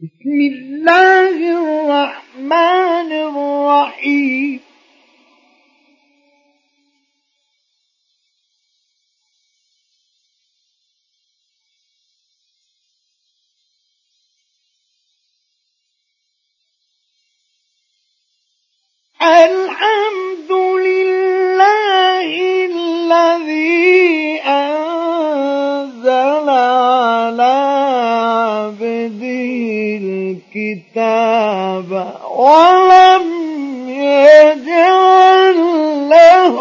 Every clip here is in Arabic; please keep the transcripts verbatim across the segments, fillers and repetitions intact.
بسم الله الرحمن الرحيم. الحمد لله الذي أنزل على عبده الكتاب ولم يجعل له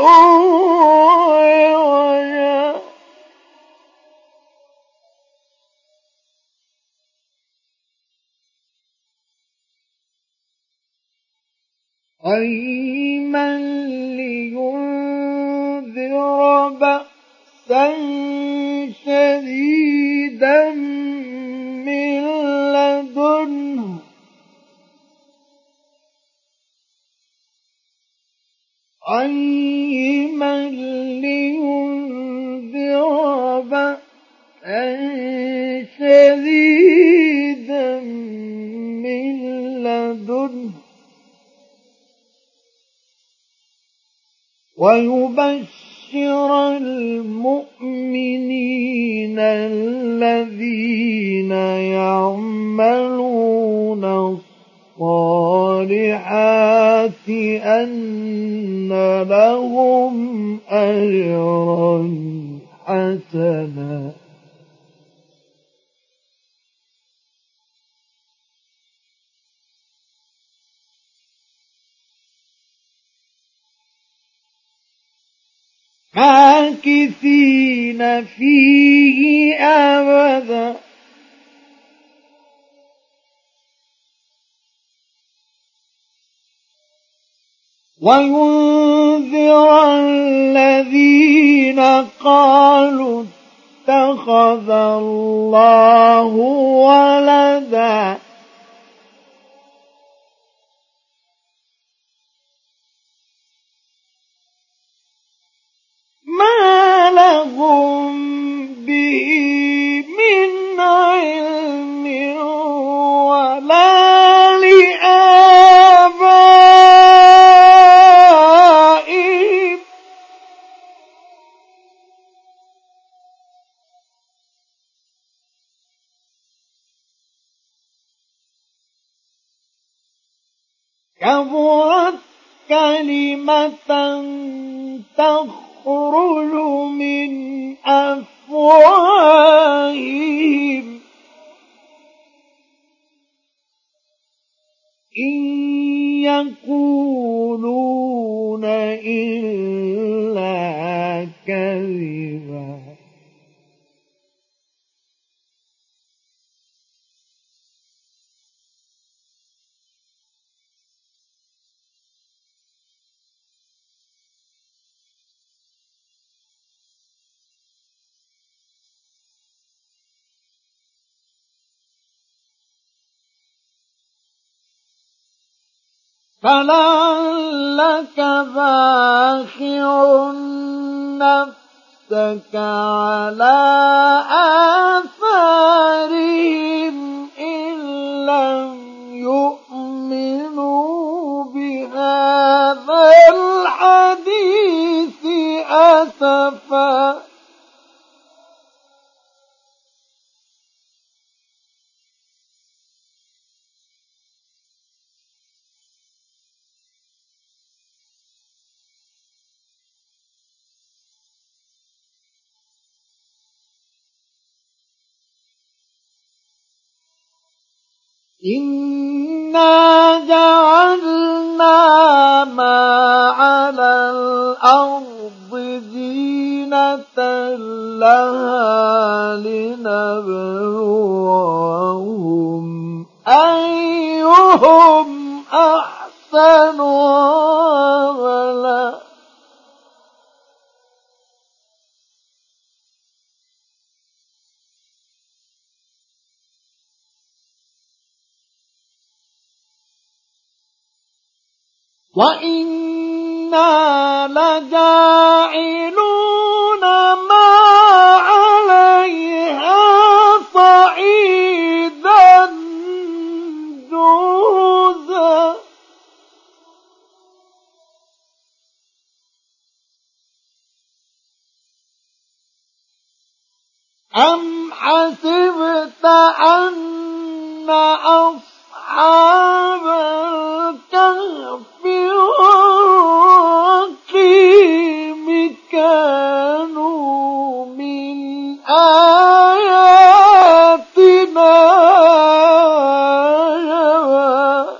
عوجا. قيما لينذر بأسا شديدا من لدنه قيما لينذر بأسا شديدا من لدنه ويبشر المؤمنين الذين يعملون الصالحات أن لهم أجرا حسنا ماكثين فيه أبدا وينذر الذين قالوا اتخذ الله ولدا ما لهم به من علم ولا لآبائهم كبرت كلمة تخرج من أفواههم إن يقولون إلا كذبا فلعلك باخع نفسك على آثارهم إن لم يؤمنوا بهذا الحديث أسفا إنا جعلنا ما على الأرض زينة لها لنبلوهم أيهم أحسن عملا وإنا لجاعلون ما عليها صعيدا أم حسبت أن أصحاب الكهف والرقيم كانوا من آياتنا عجبا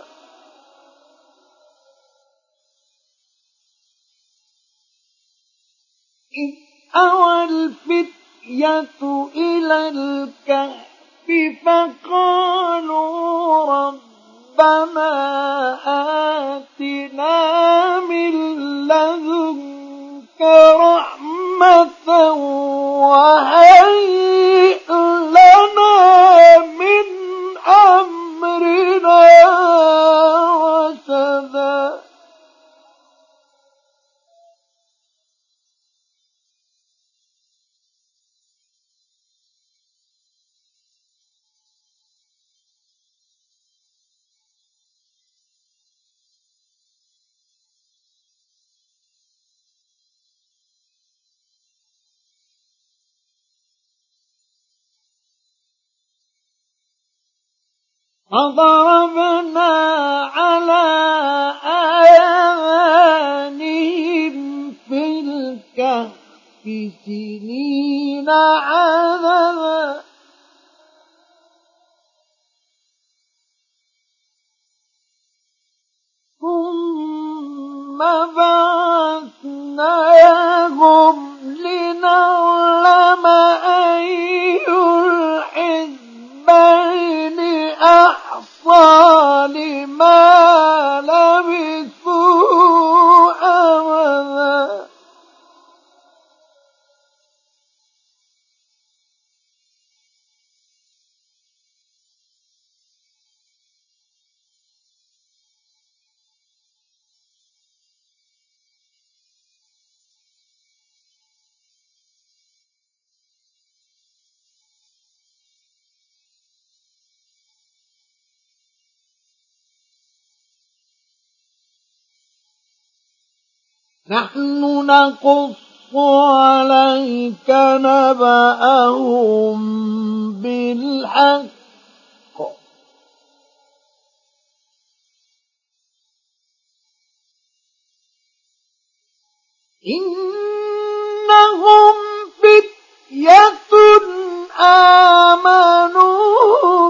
إذ أوى الفتية إلى الكهف فقالوا ربنا آتنا من لدنك رحمة وهيئ لنا من أمرنا رشدا فضربنا على آذانهم في الكهف سنين عددا ثم بعثناهم لنعلم أي الحزبين أحصى لما لبثوا أمدا نحن نقص عليك نبأهم بالحق إنهم فتية آمنوا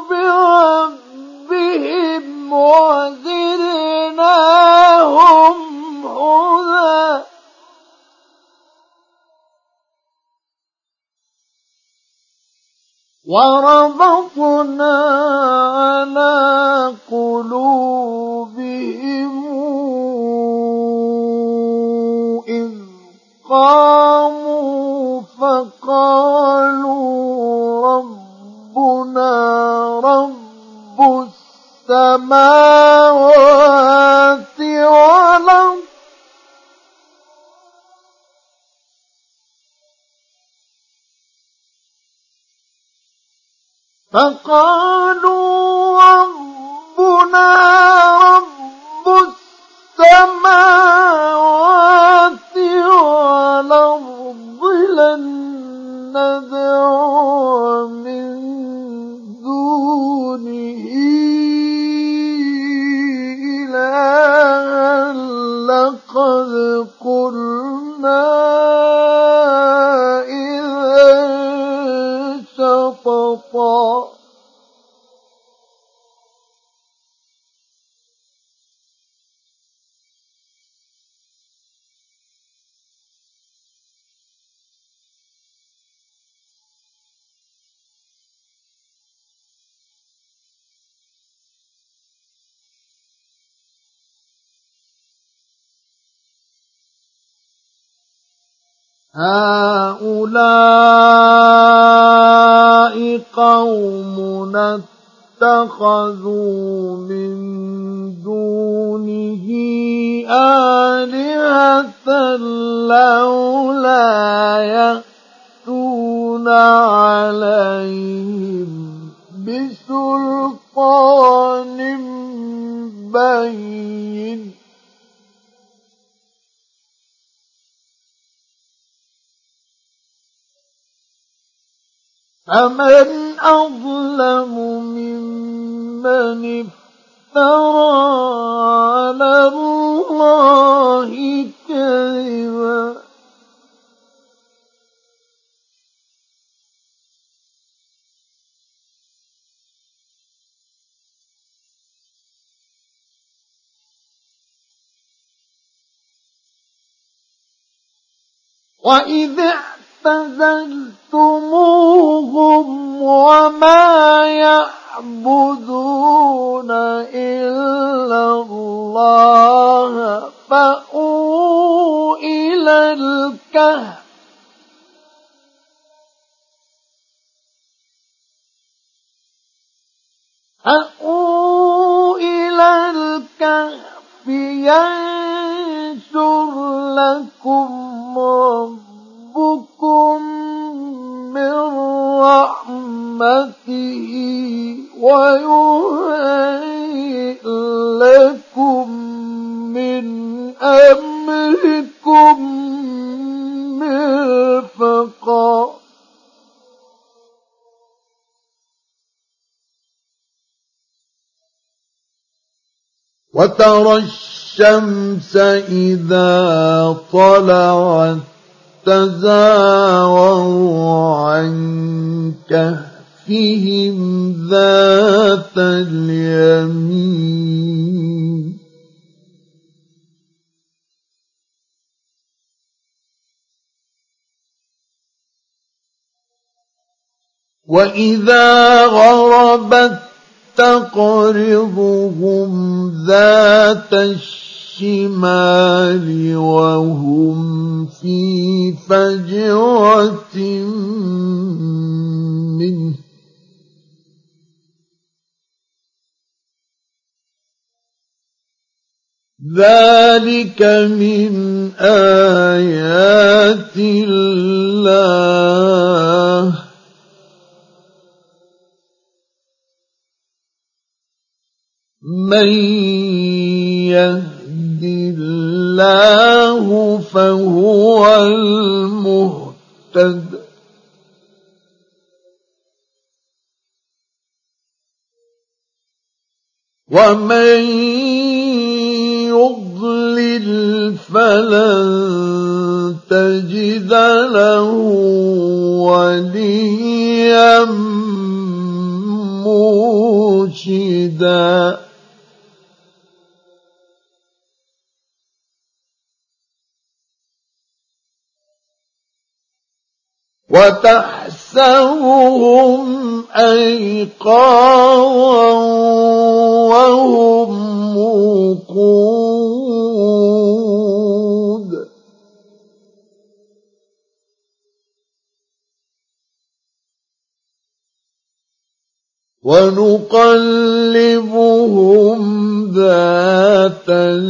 بربهم وزدناهم هدى وربطنا على قلوبهم إذ قاموا فقالوا ربنا رب السماوات والأرض فقالوا ربنا رب السماوات والأرض لن ندعو من دونه إلها لقد قلنا إذا شططا هؤلاء قومنا اتخذوا من دونه آلهة لولا يأتون عليهم بسلطان بين فمن أظلم ممن افترى على الله كذبا وإذ اعتزلتموهم وما يعبدون إلا الله فأووا إلى الكهف فأووا إلى الكهف ينشر لكم ربكم من رحمته ويهيئ لكم من أمركم مرفقا وترى الشمس إذا طلعت تزاور عن كهفهم ذات اليمين وإذا غربت تقرضهم ذات الشمال وهم في فجوة منه ذلك من آيات الله من يهد الله فهو المهتد ومن يضلل فلن تجد له وليا مرشدا وتحسبهم أيقاظا وهم رقود ونقلبهم ذات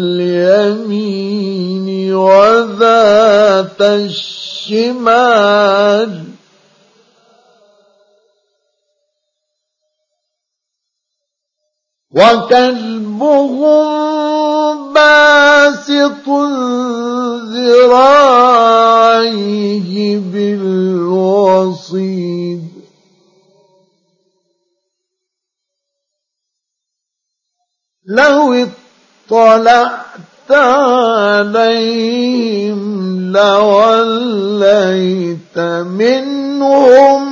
اليمين وذات الشمال وكلبهم باسط ذراعيه بالوصيد لو اطلعت عليهم لوليت منهم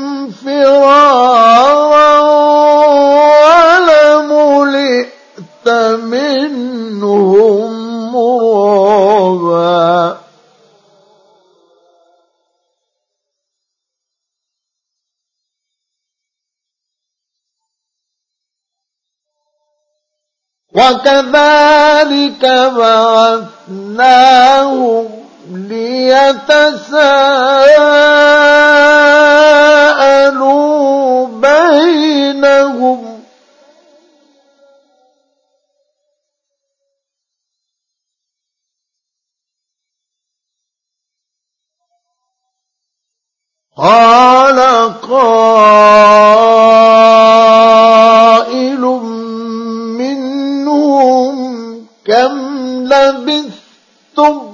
فرارا ولملئت منهم رعبا وكذلك بعثناهم ليتساءلوا بينهم قال قائل منهم كم لبثتم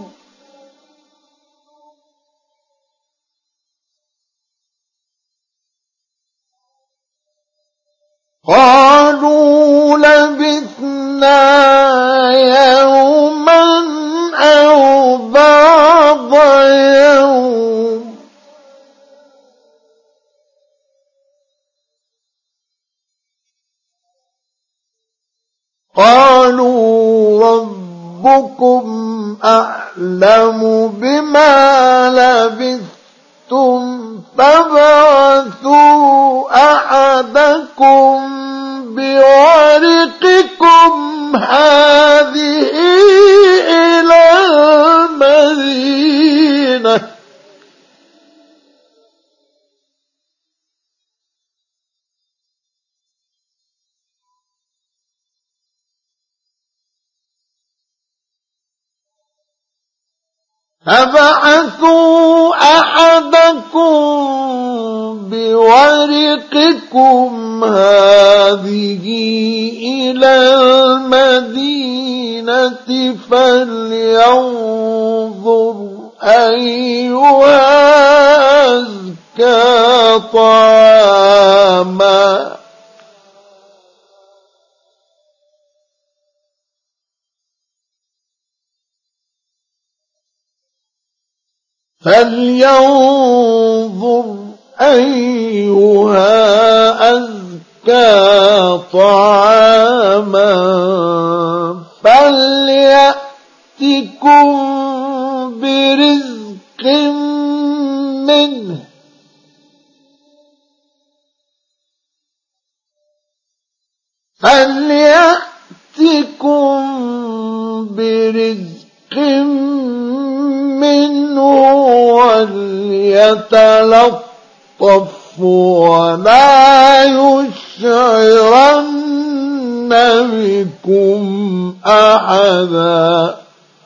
قالوا ربكم أعلم بما لبثتم فابعثوا أحدكم بورقكم هذه إلى المدينة فبعثوا أحدكم بورقكم هذه إلى المدينة فلينظر أيها أزكى طعاما فلينظر أيها أزكى طعاما فليأتكم برزق منه فليأتكم برزق منه وليتلطف ولا يشعرن بكم أحدا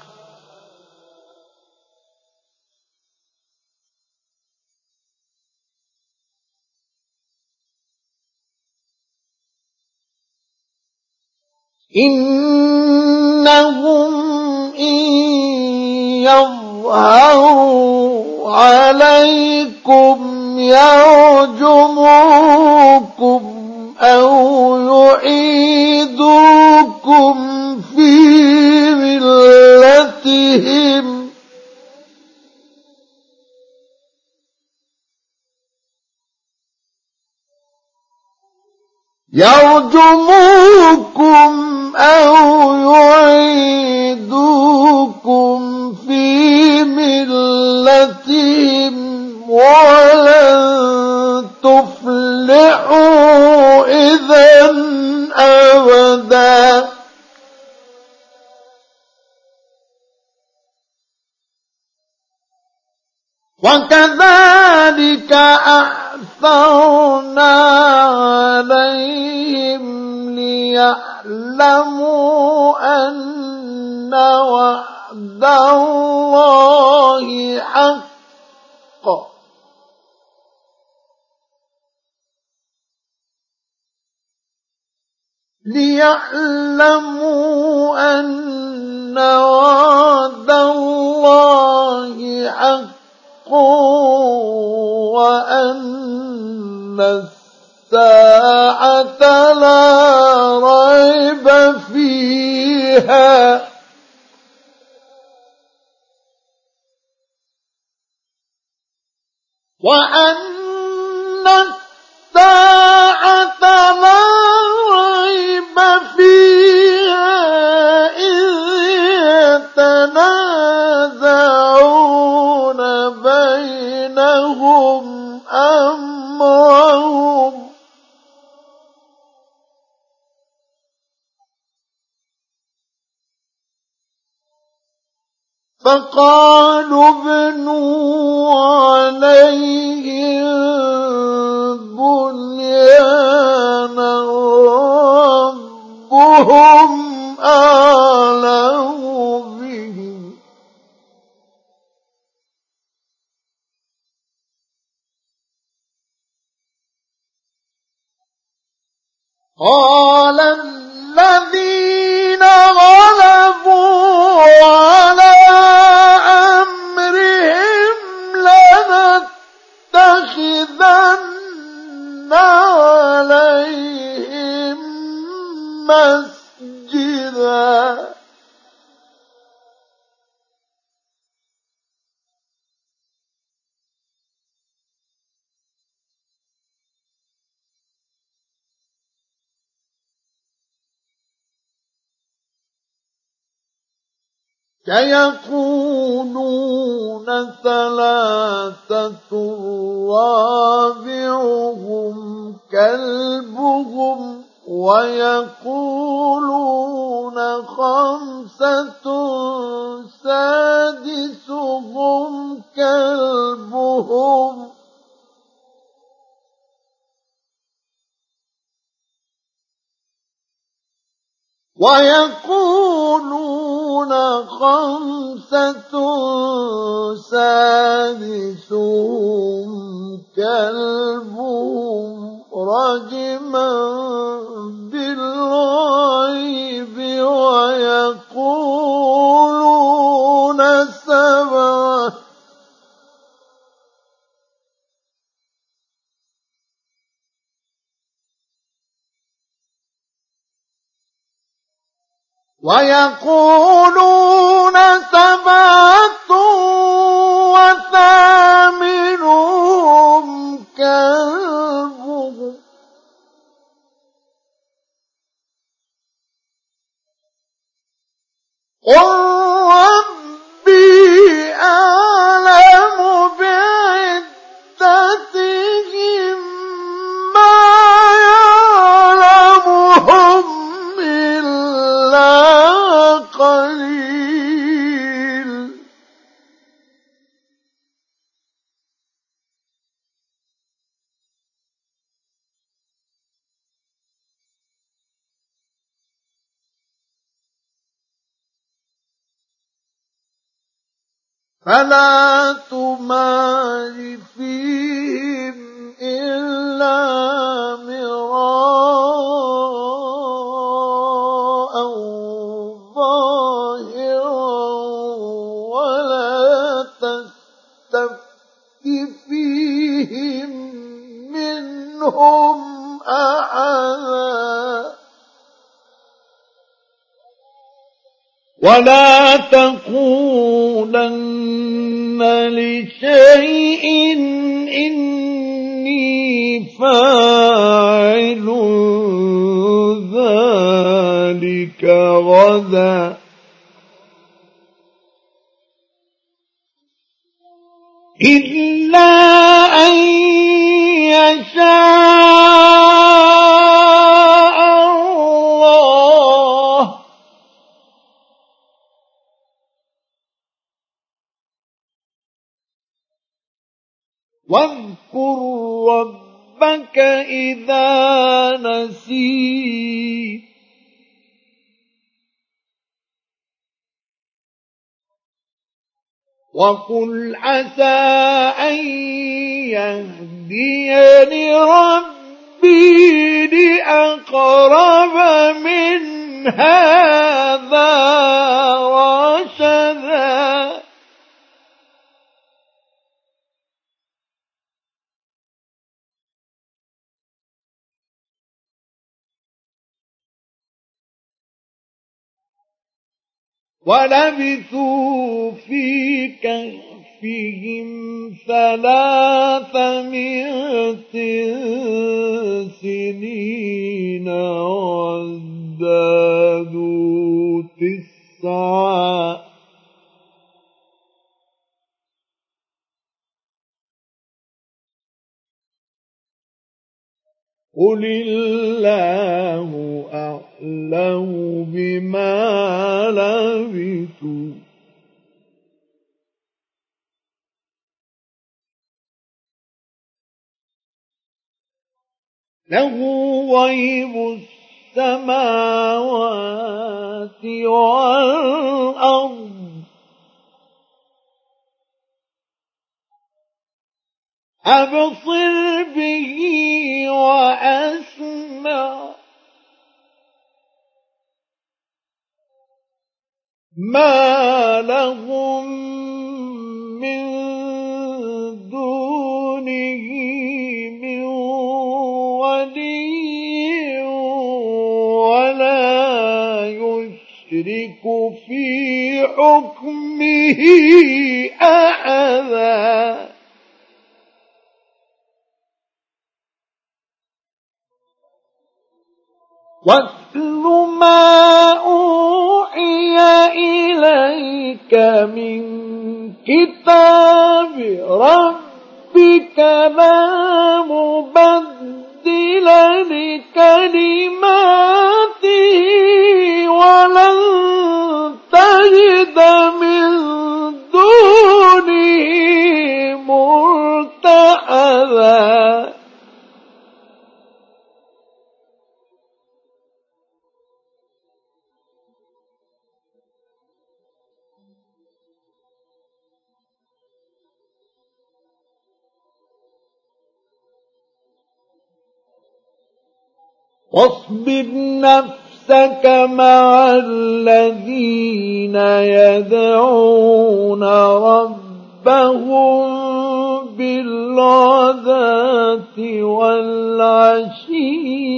إنهم إن يظهروا عليكم يرجموكم أو يعيدوكم في ملتهم يرجموكم أو يعيدوكم في ملتهم ولن تفلحوا إذا أبدا وكذلك أعثرنا عليهم ليعلموا أن وعد الله حق ليعلموا أن وعد الله حق وأن الساعة لا ريب فيها وأن الساعة لا ريب فيها إذ يتنازعون بينهم أمرهم فقالوا ابنوا عليهم بنيانا ربهم أعلم بهم قال الذين غلبوا على أمرهم لنتخذن عليهم مسجدا سيقولون ثلاثة رابعهم كلبهم ويقولون خمسة سادسهم كلبهم ويقولون خمسة سادسهم كلبهم رجما بالغيب ويقولون سبعة ويقولون سبعة وثامنهم كلبهم قل ربي أعلم بعدتهم ما يعلمهم إلا قليل فلا تمار فيهم إلا مراء ظاهرا ولا تستفت فيهم منهم أحدا ولا تقولن لشيء إني فاعل ذلك غدا إلا أن يشاء الله واذكر ربك إذا نسيت وقل عسى أن يهديني ربي لأقرب من هذا رشدا ولبثوا في كهفهم ثلاثمائة سنين وازدادوا تسعا قل الله أعلم بما لبثوا له غيب السماوات والأرض أبصر به وأسمع ما لهم من دونه من ولي ولا يشرك في حكمه أحدا واتل ما أوحي إليك ذلك من كتاب ربك لا مبدل لكلماته ولن تجد من دونه ملتحدا واصبر نفسك مع الذين يدعون ربهم بالغداة والعشي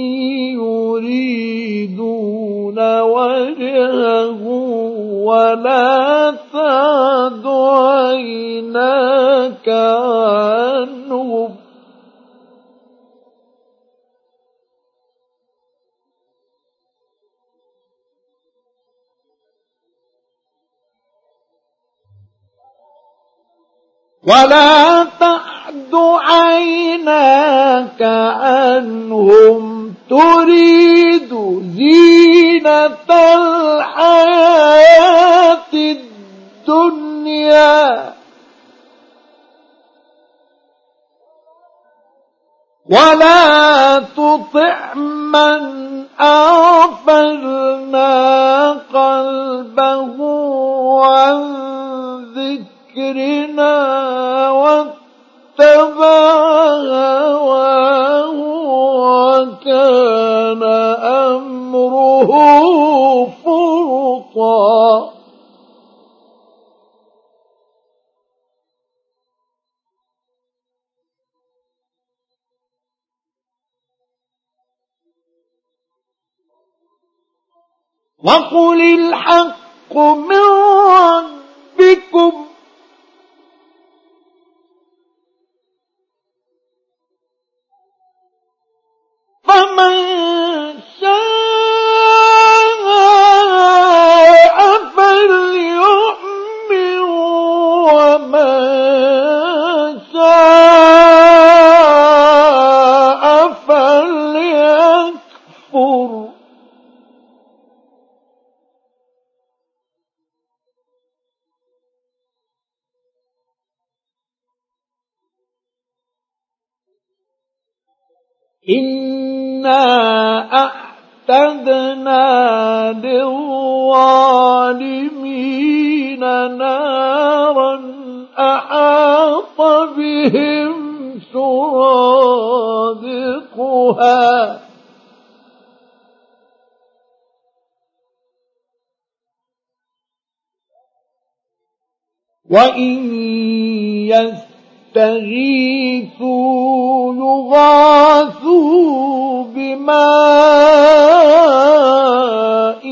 يريدون وجهه ولا تعد عيناك عنهم ولا تعد عيناك عنهم تريد زينة الحياة الدنيا ولا تطع من أغفلنا قلبه عن ذكرنا واتبع هواه وكان أمره فرطا وقل الحق من ربكم فمن شاء فليؤمن ومن شاء فليكفر إنا أعتدنا للظالمين نارا أحاط بهم سرادقها وإن يستغيثوا يغاثوا بماء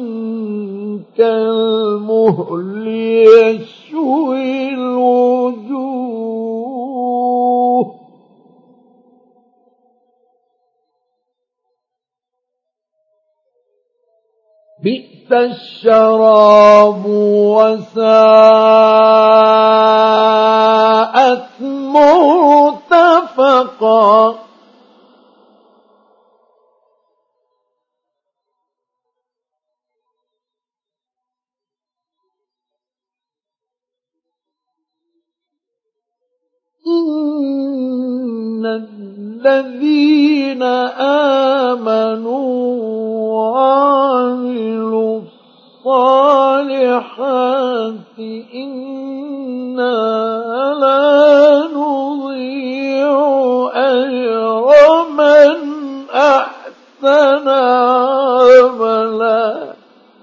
كالمهل يشوي الوجوه بئس الشراب وساءت مرتفقا إن الذين آمنوا وعملوا الصالحات إنا لا نضيع أجر من أحسن عملا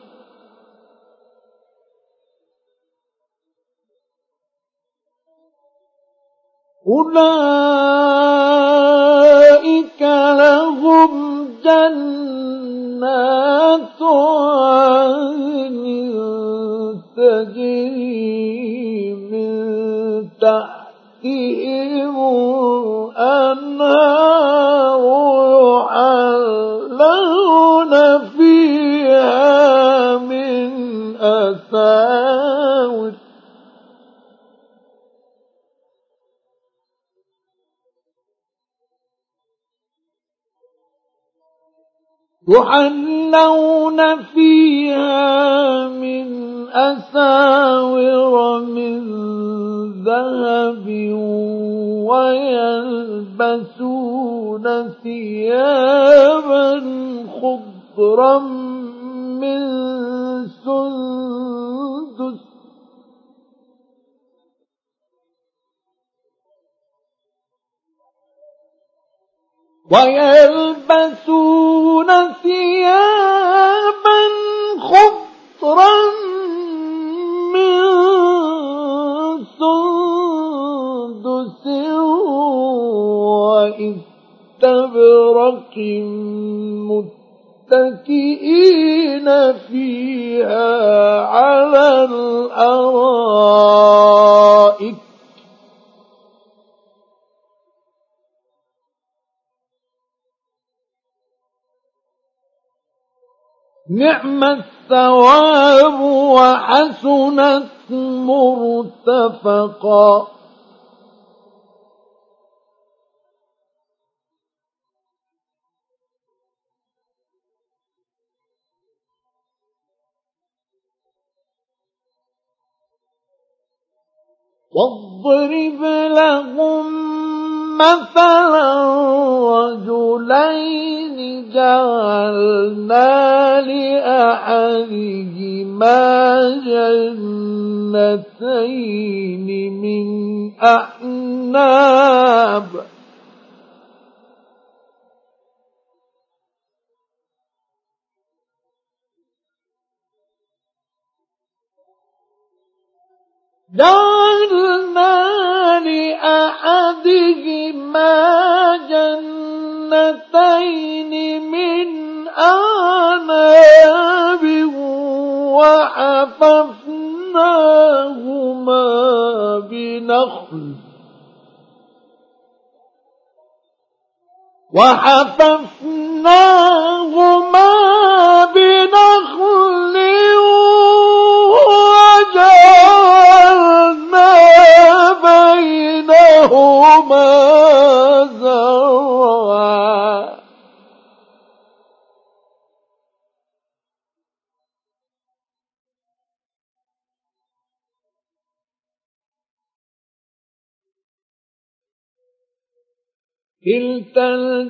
أولئك لهم جنات عدن تجري من تحتهم الأنهار يحلون فيها من أساور يحلون فيها من أساور من ذهب ويلبسون ثيابا خضرا من سندس ويلبسون ثيابا خضرا من سندس وإستبرق متكئين فيها على الأرائك نعم الثواب وحسنت مرتفقا. واضرب لهم مثلا رجلين جعلنا لأحدهما جنتين من أعناب جعلنا لأحدهما جنتين من أعناب وحففناهما بنخل وحففناهما بنخل وجعلنا بينهما زرعا كلتا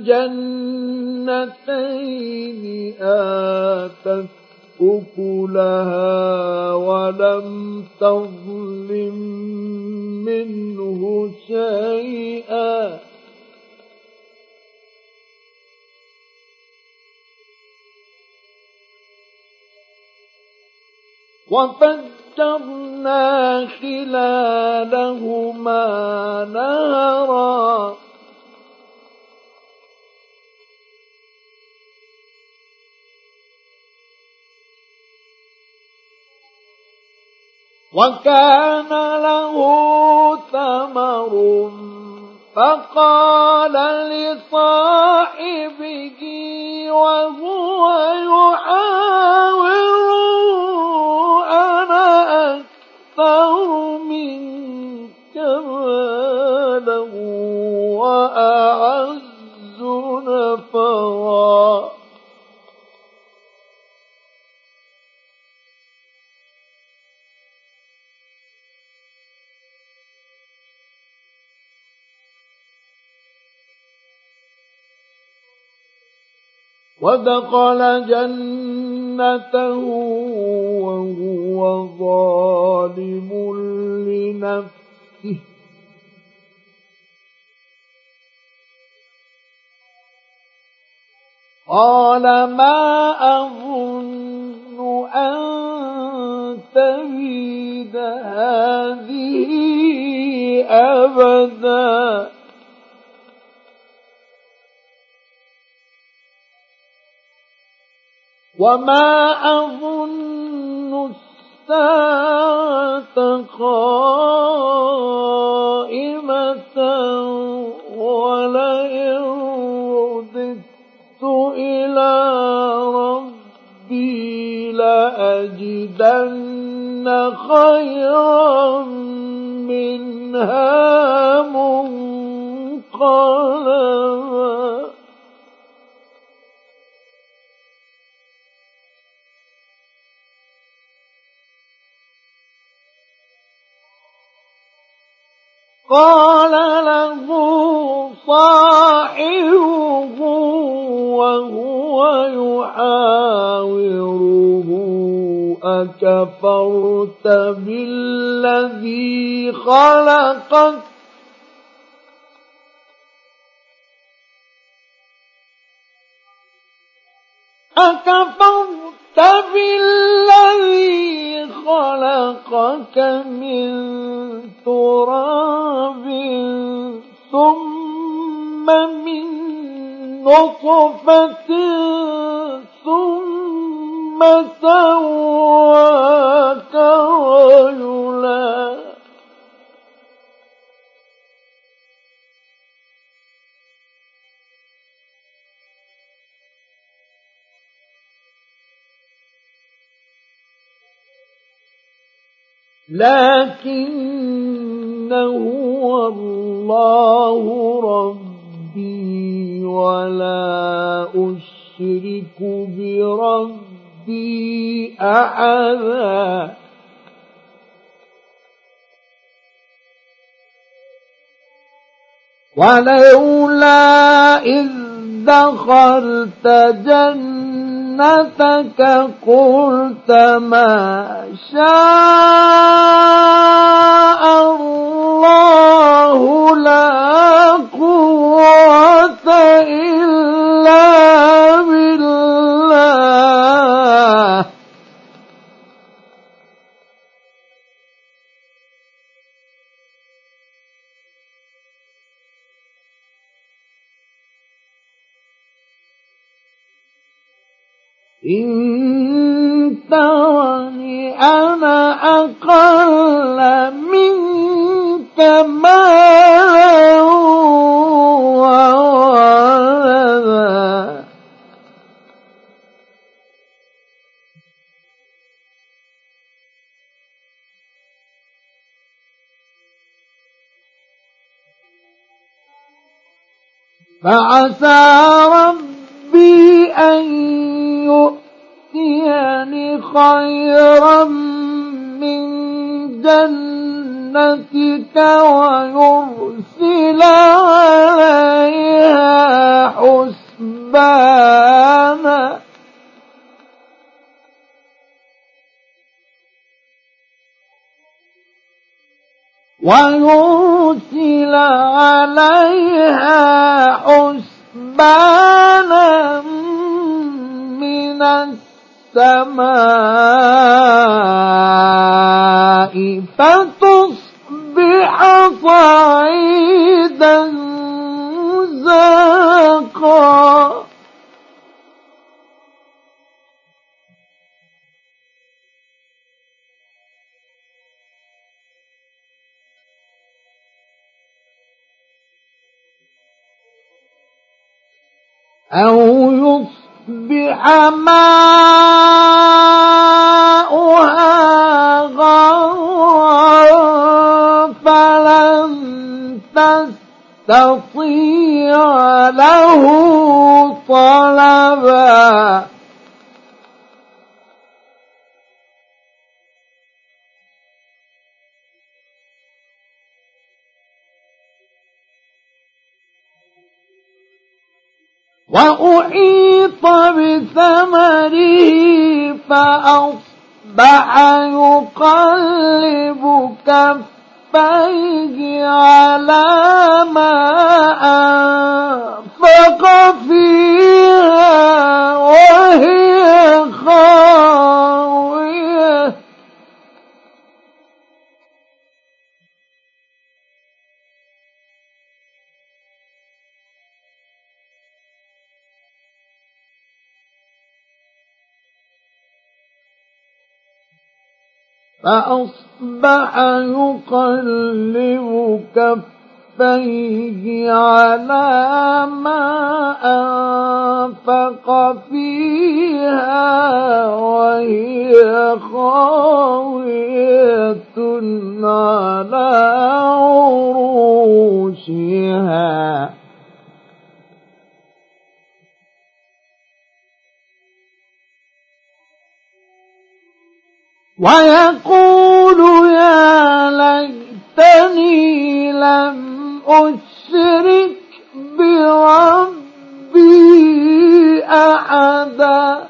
الجنتين آتت أكلها ولم تظلم منه شيئا وفجرنا خلالهما نهرا وكان له ثمر فقال لصاحبه وهو يحاوره أنا أكثر منك مالا وأعز نفرا ودخل جنته وهو ظالم لنفسه قال ما أظن أن تبيد هذه أبدا وما أظن الساعة قائمة ولئن رددت إلى ربي لأجدن خيرا منها منقلبا قال له صاحبه وهو يحاوره أكفرت بالذي خلقك أكفرت بالذي خلقك من تراب ثم من نطفة ثم سواك رجلا لكنه الله ربي ولا أشرك بربي أحدا ولولا إذ دخلت جنتك قلت ما شاء الله لا قوة إلا بالله إن ترني أنا أقل منك مالا وولدا فعسى ربي أن يؤتيني خيرا من جنتك ويرسل عليها حسبانا ويرسل عليها حسبانا من السماء فتصبح صعيدا زلقا أو يصبح ماؤها غورا فلن تستطيع له طلبا وأحيط بثمره فأصبح يقلب كفيه على ما أنفق فيها وهي خاوية فأصبح يقلب كفيه على ما أنفق فيها وهي خاوية على عروشها ويقول يا ليتني لم أشرك بربي أحدا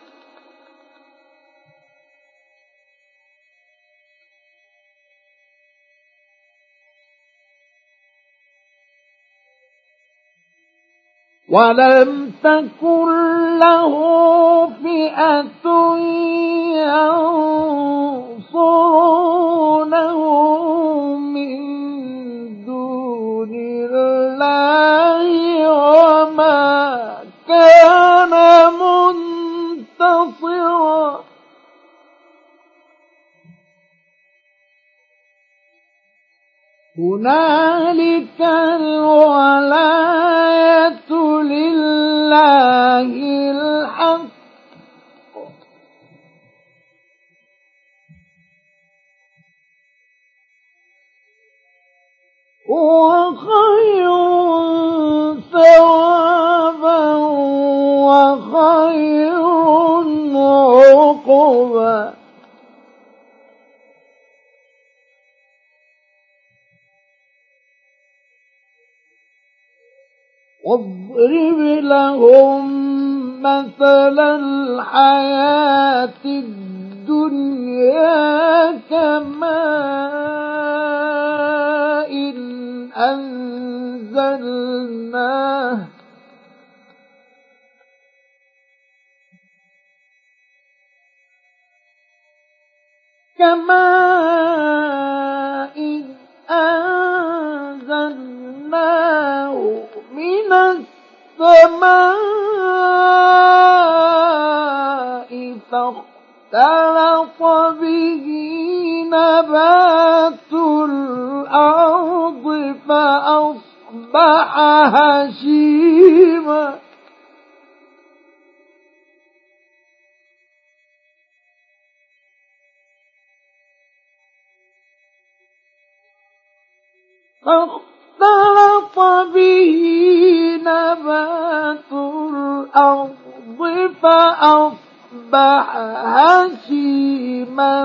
ولم تكن له فئة ينصرونه من دون الله وما كان منتصرا هنالك الولاية لله الحق هو خير ثوابا وخير عقبا واضرب لهم مثل الحياة الدنيا كماء أنزلناه كماء أنزلناه من السماء فاختلط به نبات الأرض فأصبح هشيما فاختلط به نبات الأرض فأصبح هشيما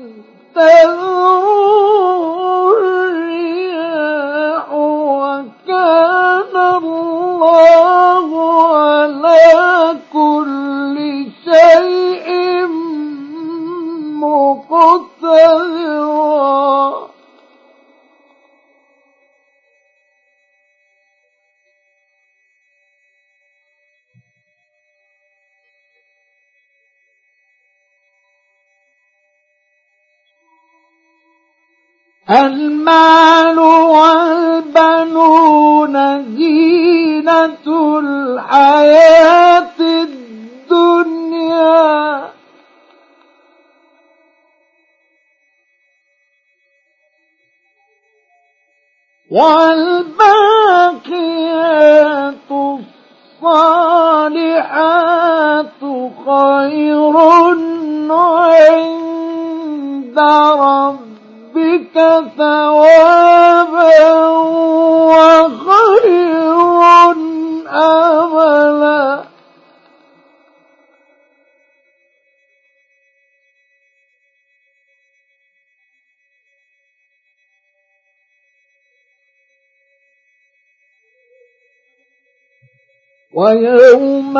تذروه الرياح وكان الله على كل شيء مقتدرا المال والبنون زينة الحياة الدنيا والباقيات الصالحات خير عند ربك ثوابا وخير أملا ويوم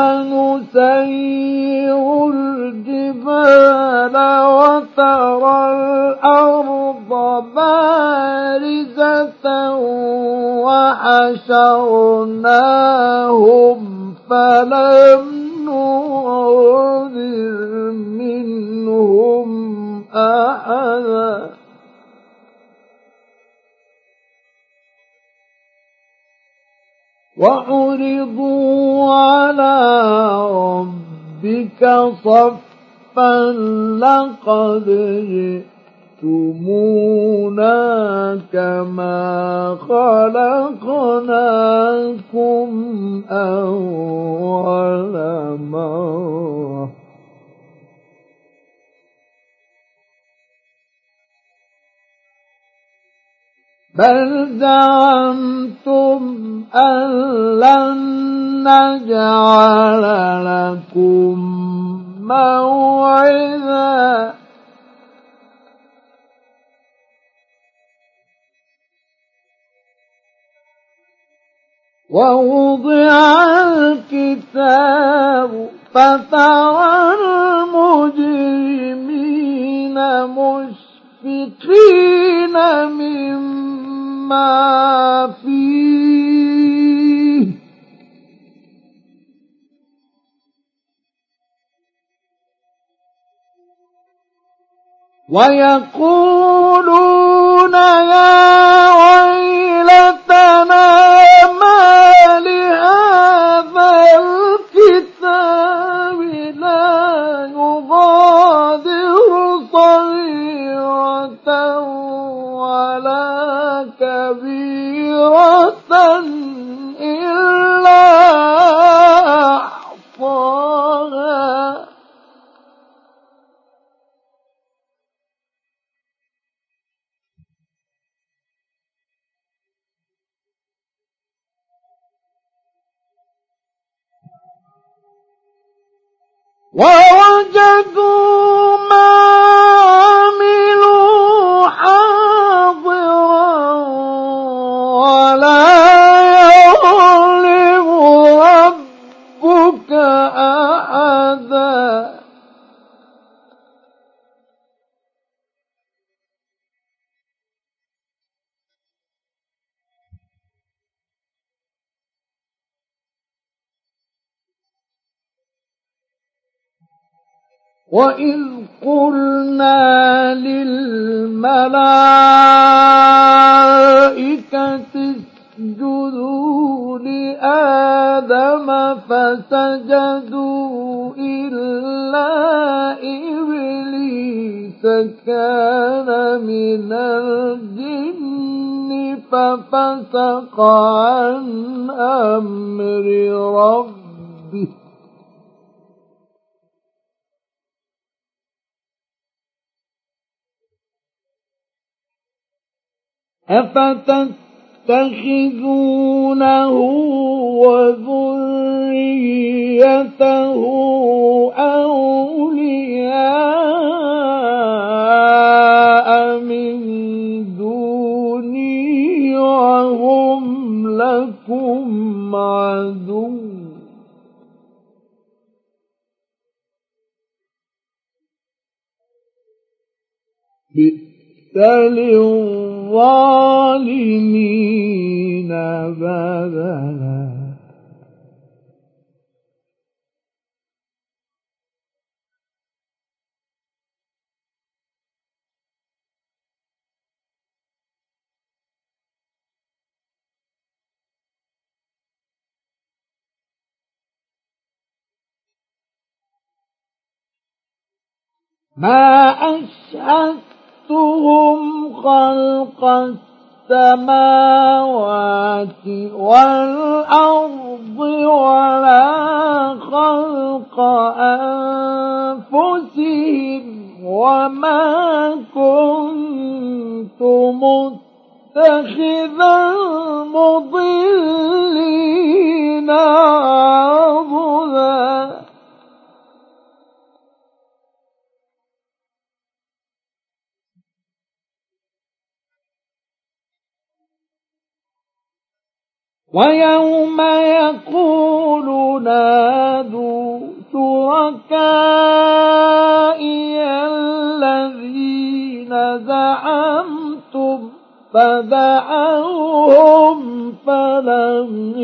نسير الجبال وترى الأرض بارزة وحشرناهم فلم نغادر منهم أحدا وعرضوا على ربك صفا لقد جئتمونا كما خلقناكم أول مرة بل زعمتم أن لن نجعل لكم موعدا ووضع الكتاب فترى المجرمين مشفقين مما فيه ويقولون يا ويلتنا ما لهذا الكتاب لا يغادر صغيرة ولا كبيرة إلا أحصاها ووجدوا ما عملوا حاضرا ولا يظلم ربك أحدا وإذ قلنا للملائكة اسجدوا لآدم فسجدوا إلا إبليس كان من الجن ففسق عن أمر ربه أفتتخذونه وذريته أولياء من دوني وهم لكم عدو للظالمين بدلا ما أشهدتهم خلق السماوات والأرض ولا خلق أنفسهم وما كنت متخذ المضلين عضدا ويوم يقول نادوا شركائي الذين زعمتم فدعوهم فلم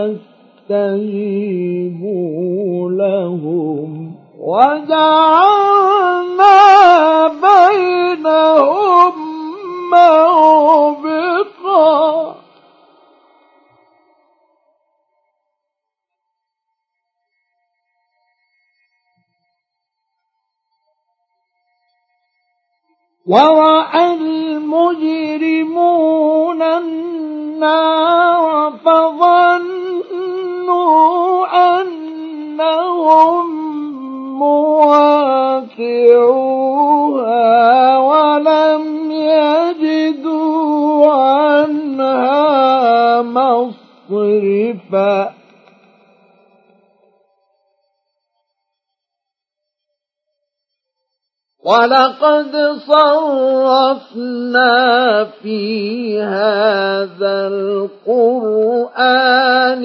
يستجيبوا لهم وجعلنا بينهم موبقا ورأى المجرمون النار فظنوا أنهم مواقعوها ولم يجدوا عنها مصرفا ولقد صرفنا في هذا القرآن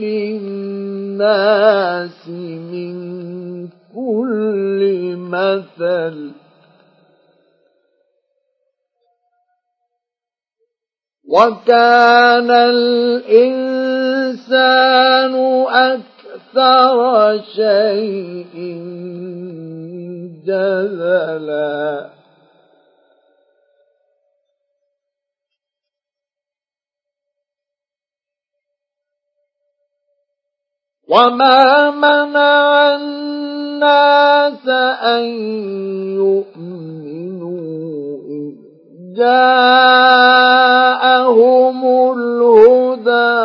للناس من كل مثل وكان الإنسان أكثر شيء جدلا وما منع الناس أن يؤمنوا إذ جاءهم الهدى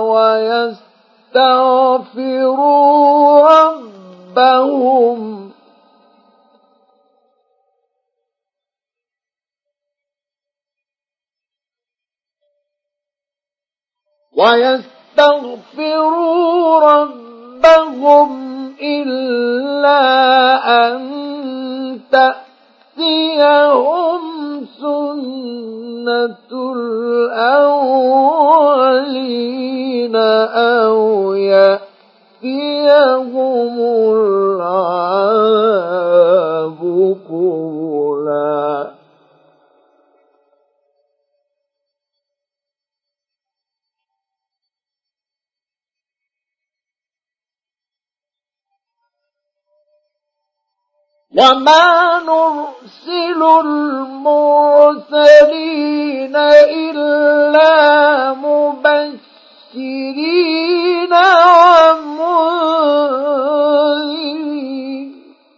ويستغفروا ربهم ويستغفروا ربهم إلا أن تأتيهم سنة الأولين أو يأتيهم العذاب قبلا وما نرسل المرسلين إلا مبشرين ومنذرين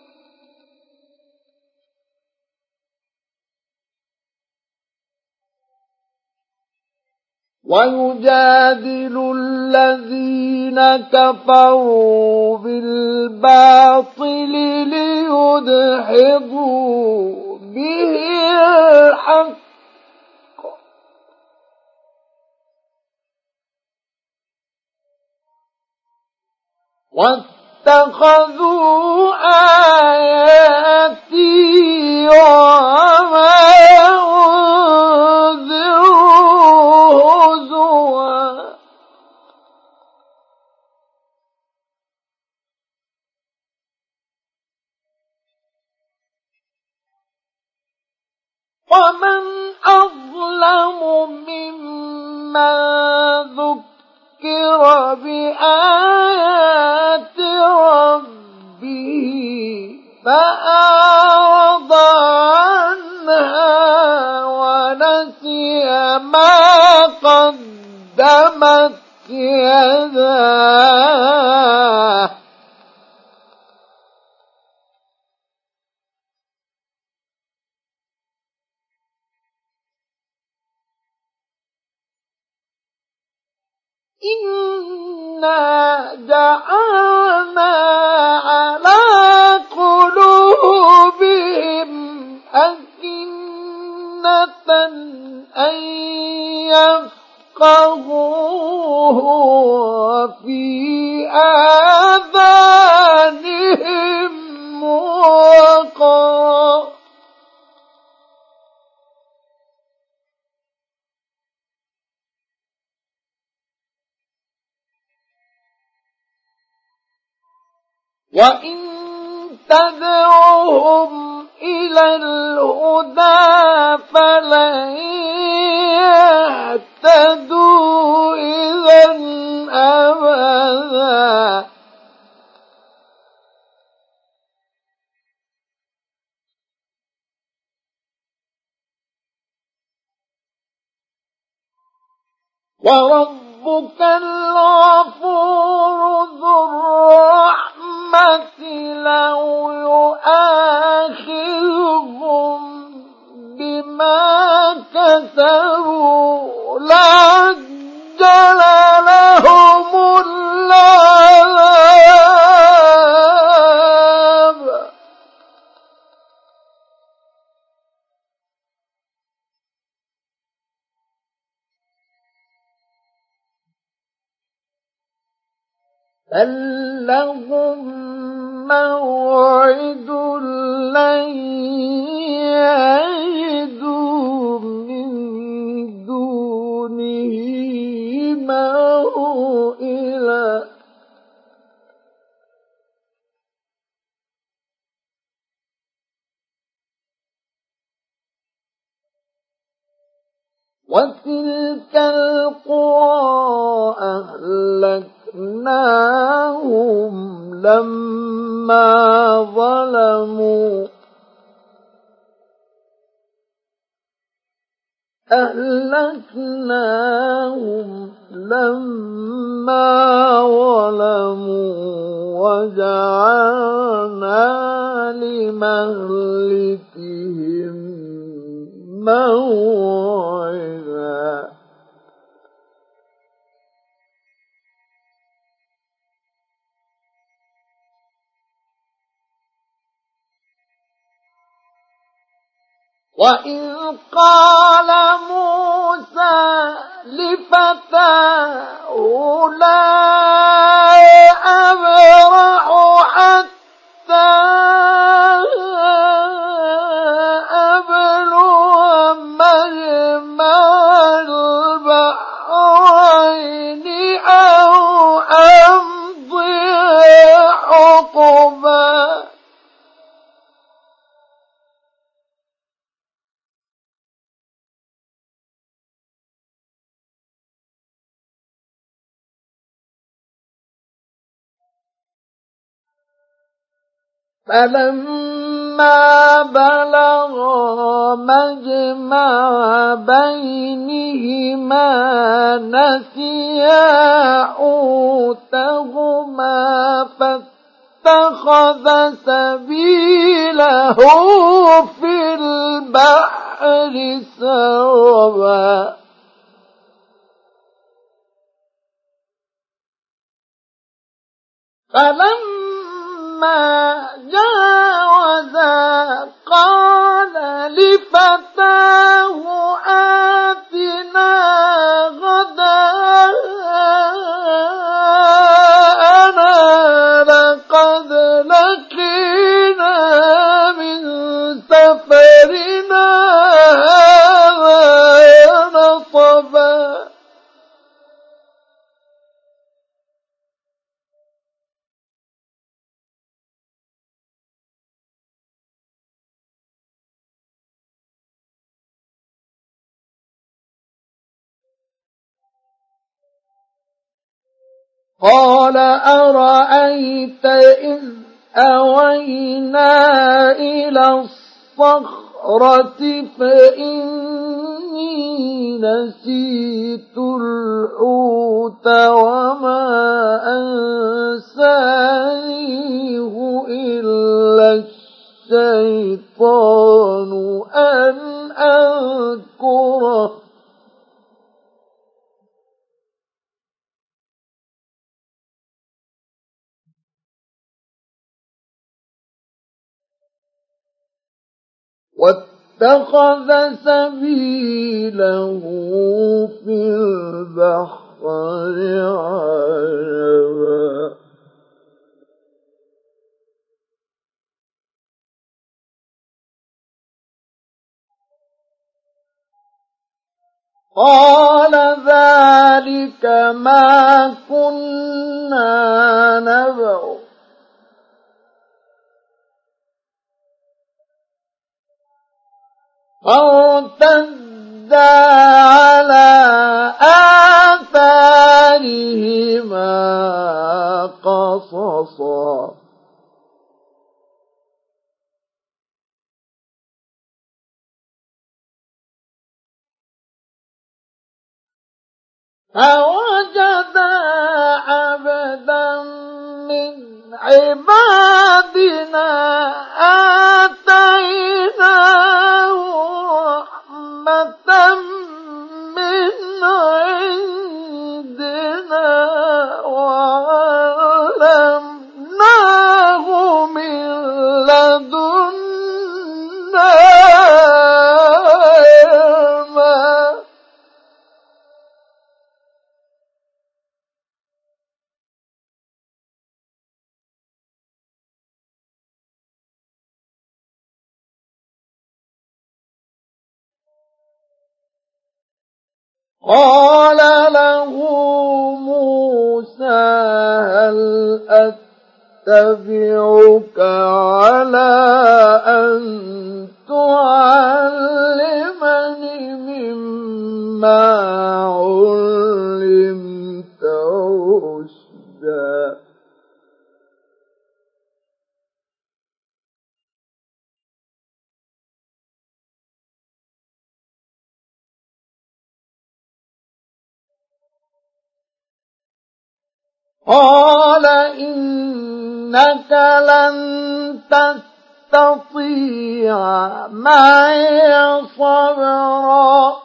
ويجادل الذين كفروا بالباطل ليدحضوا به الحق واتخذوا آياتي وما ومن أظلم ممن ذكر بآيات ربه فأعرض عنها ونسي ما قدمت يداه إنا جعلنا على قلوبهم أكنة أن يفقهوه وفي آذانهم وقرا وإن تدعوهم إلى الهدى فلن يهتدوا إذا أبدا وربك الغفور ذو الرحمة لو يؤاخذهم بما كسبوا لعجل لهم العذاب بل لهم موعد لن يجدوا من دونه موئلا وتلك القرى أهلكناهم لما ظلموا أهلكناهم لما ظلموا وجعلنا لمهلكهم موعدا وإذ قال موسى لفتاه لا أبرح حتى أبلغ مجمع البحرين أو أمضي حقبا فلما بلغا مجمع بينهما نسيا حوتهما فاتخذ سبيله في البحر سربا فلما جاوزا قال لفتاه آتنا غداءنا لقد لقينا من سفرنا هذا نصبا قال أرأيت إذ أوينا إلى الصخرة فإني نسيت الحوت وما أنسانيه إلا الشيطان أن أذكره واتخذ سبيله في البحر عجبا قال ذلك ما كنا نبغ فارتدا على آثارهما قصصا فوجدا عبدا من عبادنا آتيناه رحمة من عندنا وعلمناه من لدنا قال له موسى هل أتبعك على أن تعلمني مما علمت رشدا قال إنك لن تستطيع معي صبرا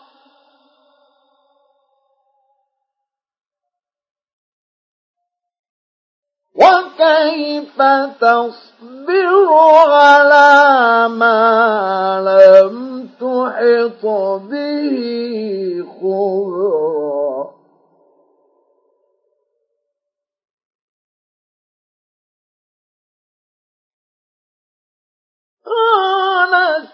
وكيف تصبر على ما لم تحط به خبرا قال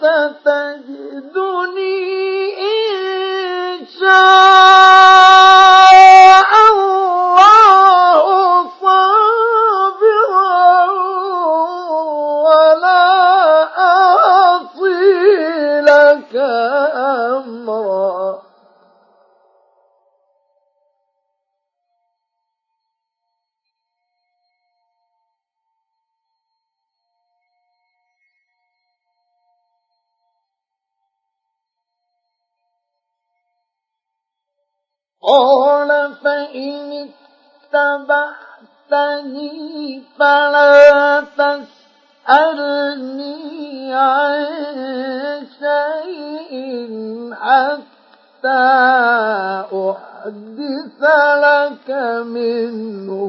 ستجدني إن شاء الله صابرا ولا أعصي لك أمرا قال فإن اتبعتني فلا تسألني عن شيء حتى أحدث لك منه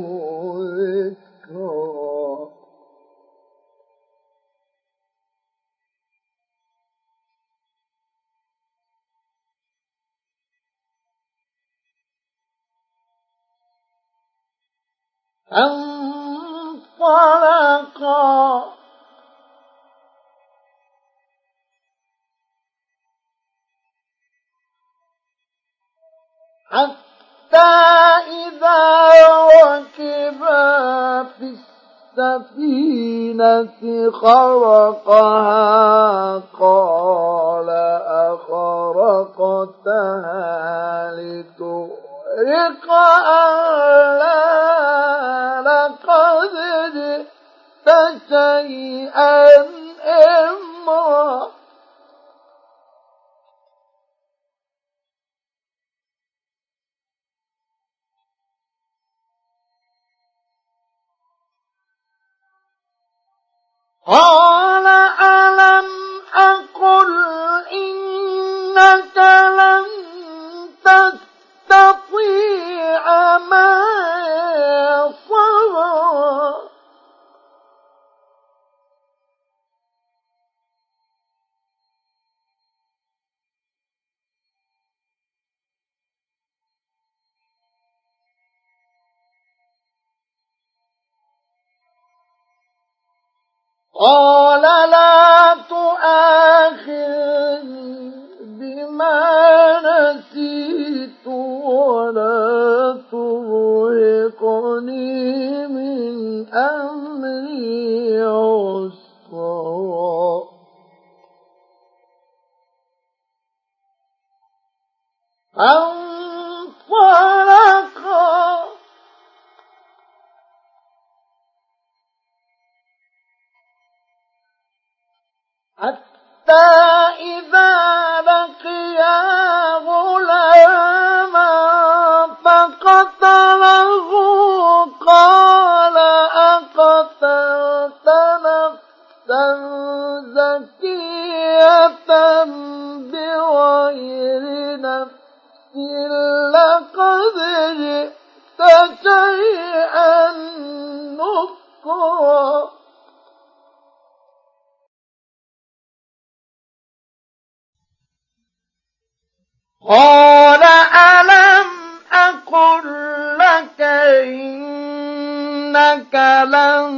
ذكرا فانطلقا حتى إذا ركبا في السفينة خرقها قال أخرقتها لتغرق أهلها لقد جئت شيئا إمرا قال ألم أقل إنك لن تستطيع معي صبرا قال لا تؤاخذني بما نسيت ولا ترهقني من أمري عسرا فانطلقا حتى إذا لقيا غلاما فقتله قال أقتلت نفسا زكية بغير نفس لقد جئت شيئا نكرا قال ألم أقل لك إنك لن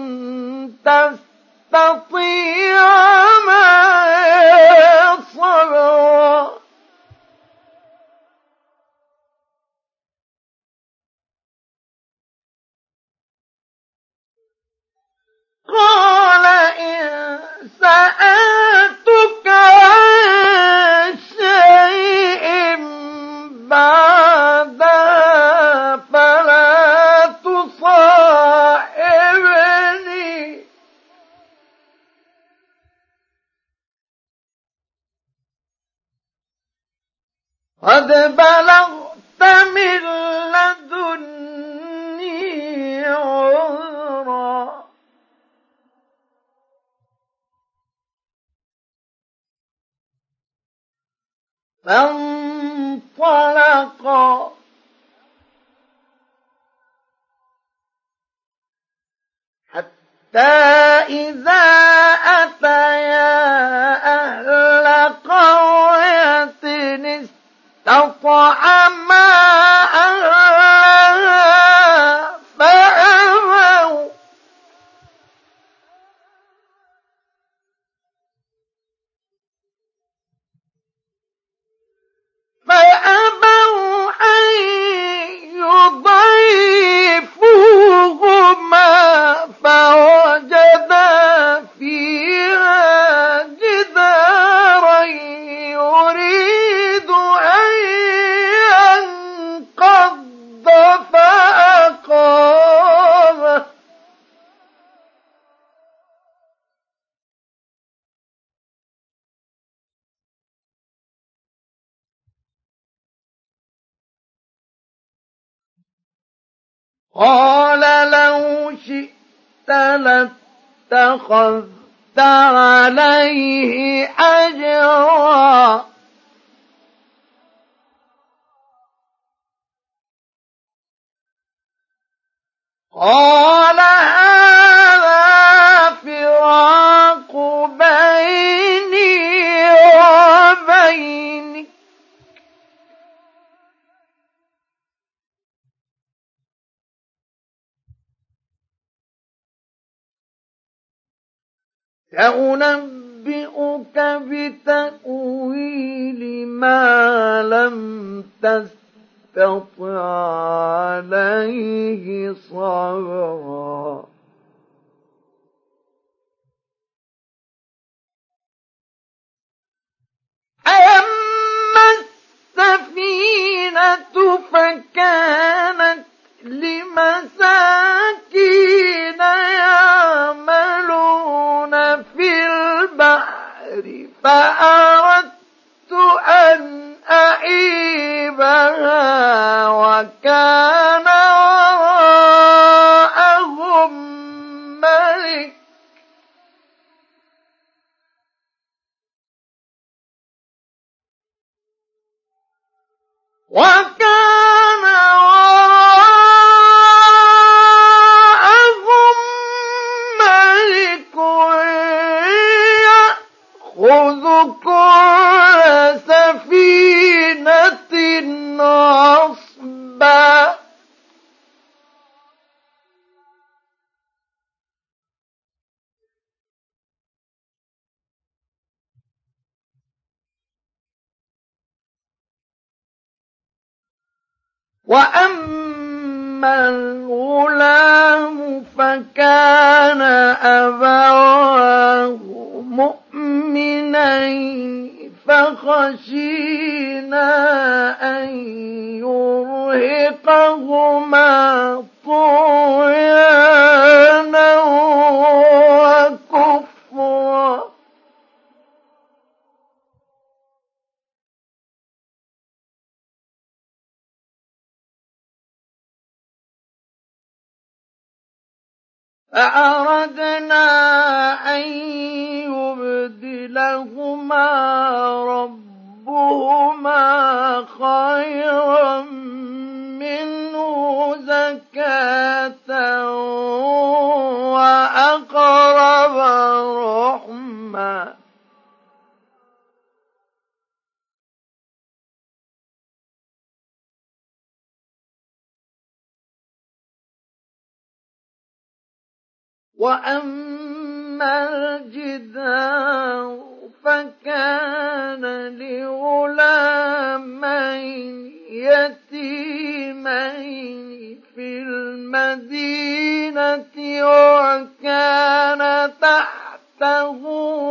تستطيع معي صبرا قد بلغت من لدني عذرا فانطلقا حتى إذا أتيا أهل قرية استطعما أهلها فأبوا فأبوا أن يضيفوهما فوجدا فيها جدارا يريد أن ينقض فأقامه قال لو شئت لاتخذت عليه أجرا قال هذا فراق بيني وبينك سأنبئك بتأويل ما لم تستطع عليه صبرا أما السفينة فكانت لمساكين يعملون في البحر فأردت أن أعيبها وكان وراءهم ملك وكان وراءهم ملك يأخذ كل سفينة غصبا وأما الغلام فكان أبواه مؤمنين فخشينا أن يرهقهما طغيانا وكفرا فأردنا أن يبدلهما ربهما خيرا منه زكاة وأقرب رحما وأما الجدار فكان لغلامين يتيمين في المدينة وكان تحته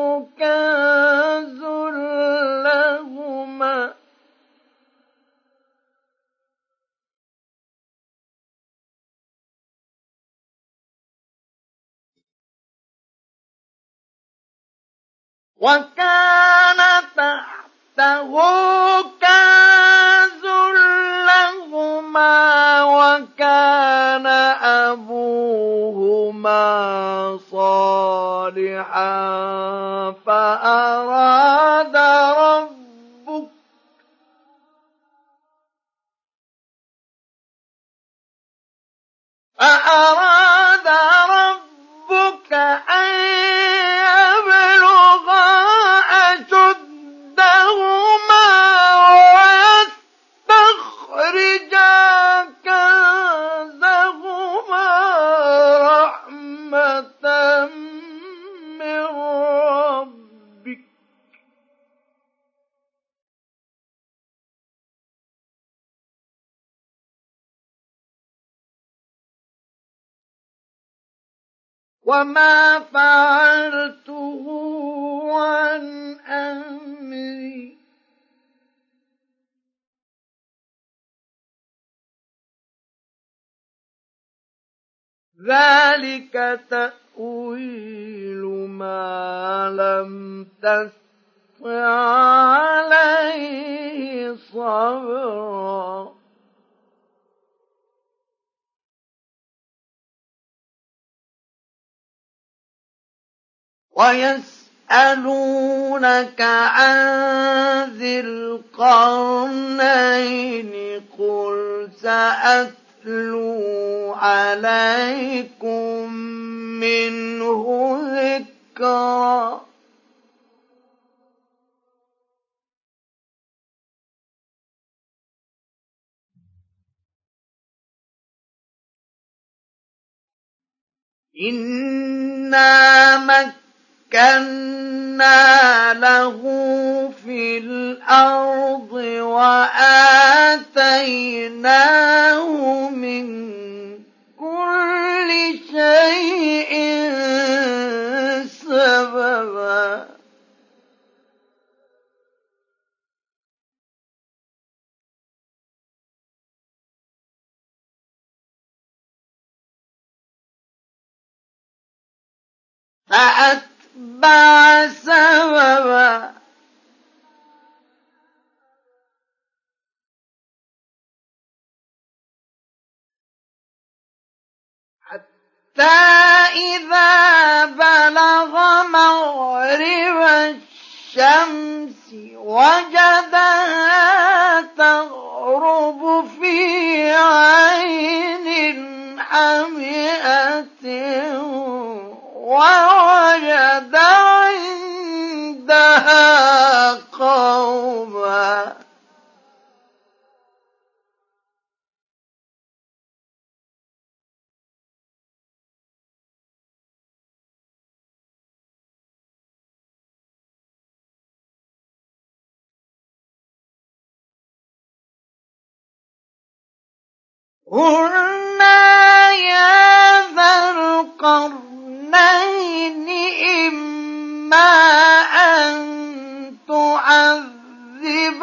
كنز لهما وكان تحته كنز صالحا فأراد ربك فأراد ربك أن يبلغا أشدهما ويستخرجا كنزهما رحمة من ربك وما فعلته عن أمري ذلك تأويل ما لم تستطع عليه صبرا ويسألونك عن ذي القرنين قل سأتلو عليكم منه ذكرا إنا مكنا له في الأرض وآتيناه من كل شيء سببا فأتبع سببا حتى إذا بلغ مغرب الشمس وجدها تغرب في عين حمئة ووجد عندها قوما قلنا يا ذا القرنين إما أن تعذب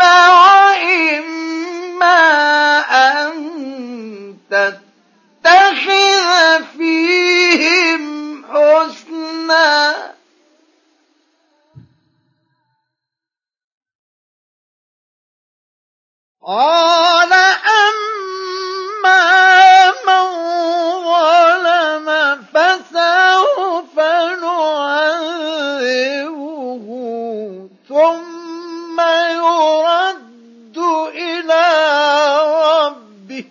وإما أن تتخذ فيهم حسنا قال أما من ظلم فسوف نعذبه ثم يرد إلى ربه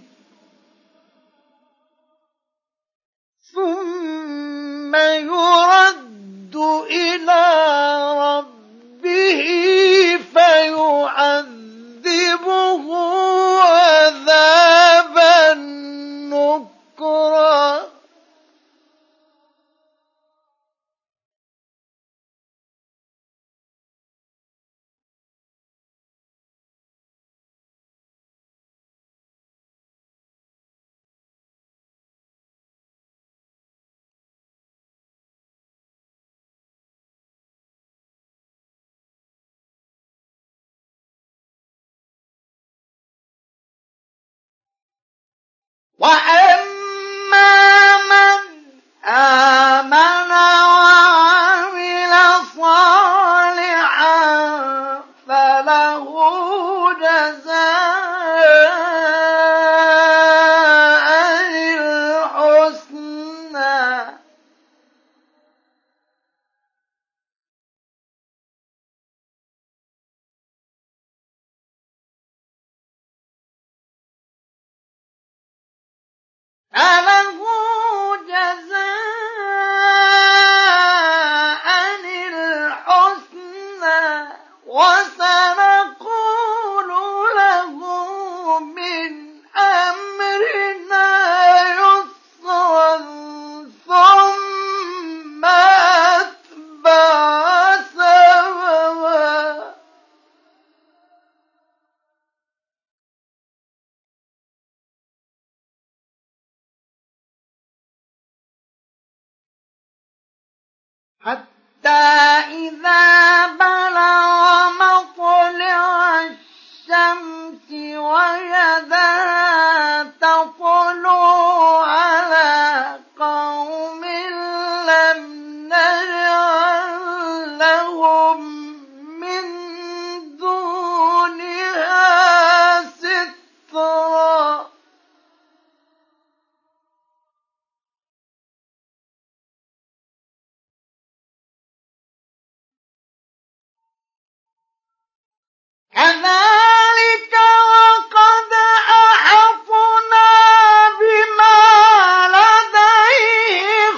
ثم يرد إلى ربه فيعذبه عذابا نكرا وأما من آمن وعمل صالحا فله جزاء الحسنى فله جزاء الحسنى وسنقول له من أمرنا يسرا ثم أتبع سببا حتى إذا بلغ مطلع الشمس وجدها تطلع على قوم لم نجعل لهم من دونها سترا كذلك وقد أحطنا بما لديه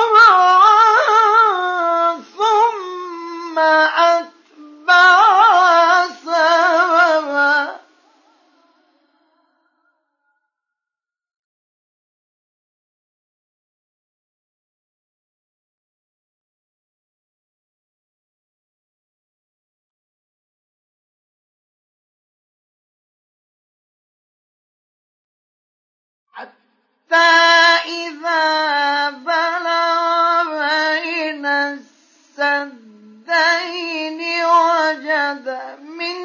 خبرا ثم أتبع سببا حتى إذا بلغ بين السدين وجد من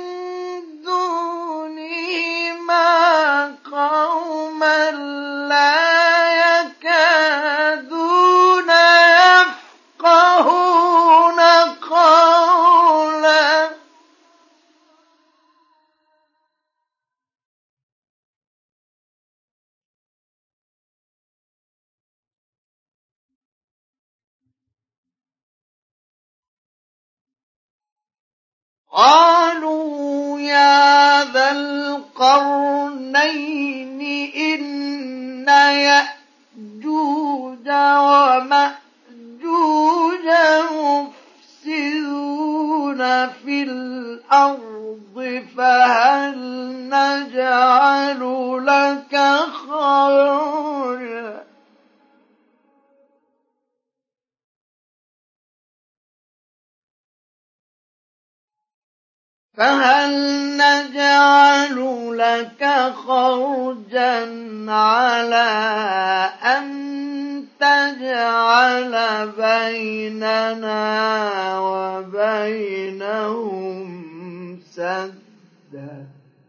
دونهما قوما لا يكادون يفقهون قولا قالوا يا ذا القرنين إن يأجوج ومأجوج مفسدون في الأرض فهل نجعل لك خرجا فهل نجعل لك خرجا على أن تجعل بيننا وبينهم سدا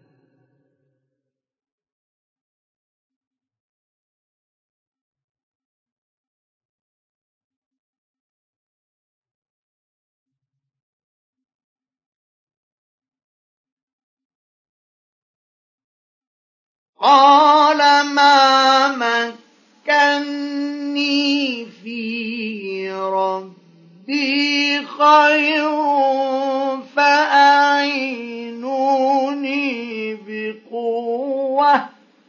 قال ما مكني فيه ربي خير فأعينوني بقوة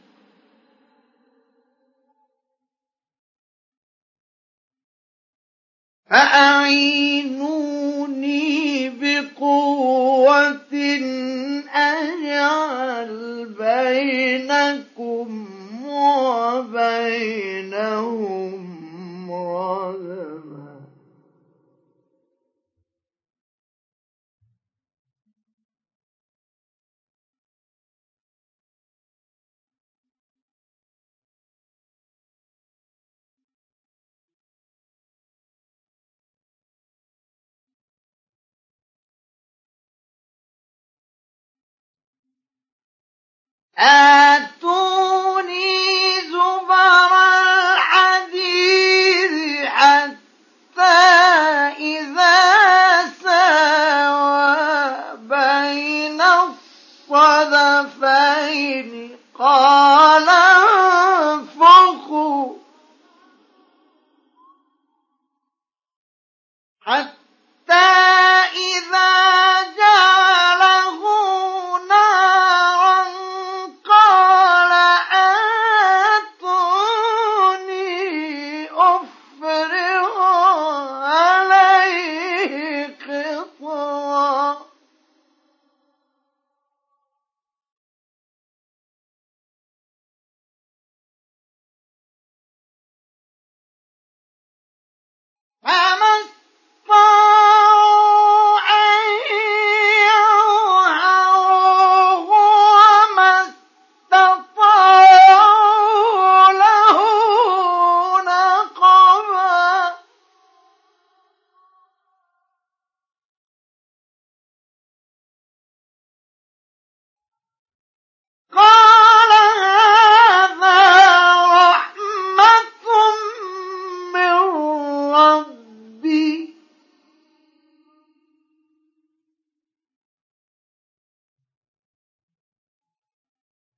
فأعينوني بقوة أجعل بينكم وبينهم ردما آتوني زبر الحديد حتى إذا ساوى بين الصدفين قال انفخوا حتى إذا جعله نارا قال أنتم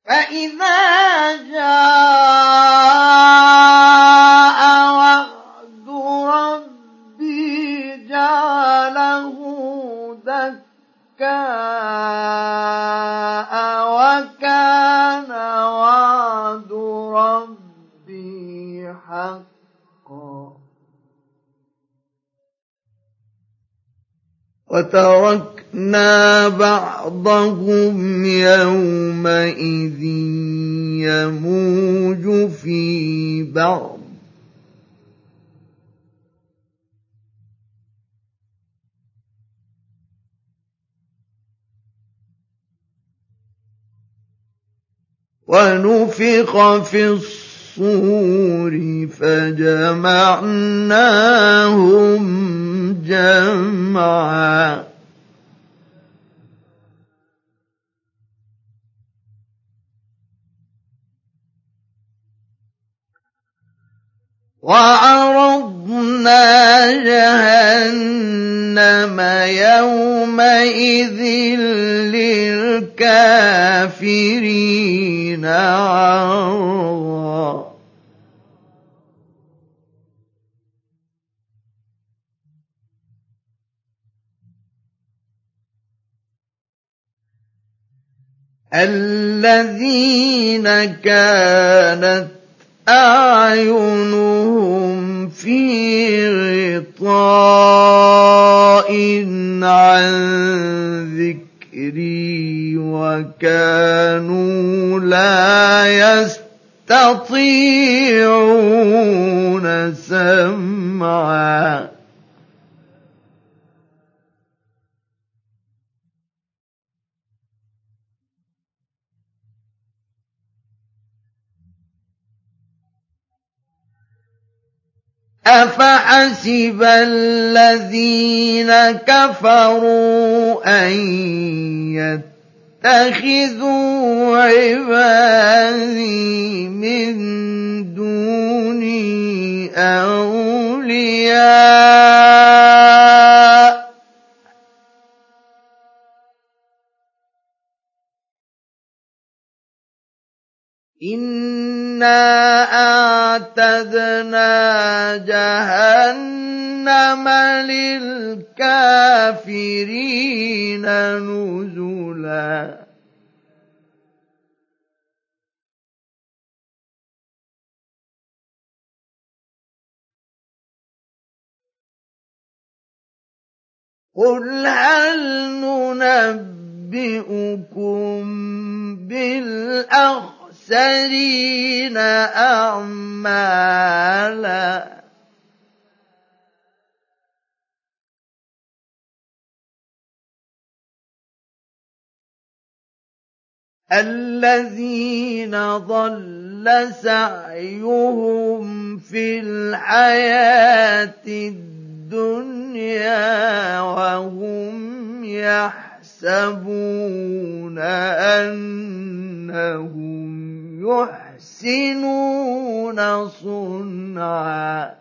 فإذا جاء وعد ربي جعله دكاء وكان وعد ربي حقا وتركنا بعضهم يومئذ يموج في بعض ونفخ في الصور فجمعناهم جمعا وعرضنا جهنم يومئذ للكافرين عرضا الذين كانت أعينهم في غطاء عن ذكري وكانوا لا يستطيعون سمعا أفحسب الذين كفروا أن يتخذوا عبادي من دوني أولياء إنا أعتدنا جهنم للكافرين نزلا قل هل ننبئكم بالأخسرين أعمالا الذين ضل سعيهم في الحياة الدنيا وهم يحسبون أنهم يحسنون صنعا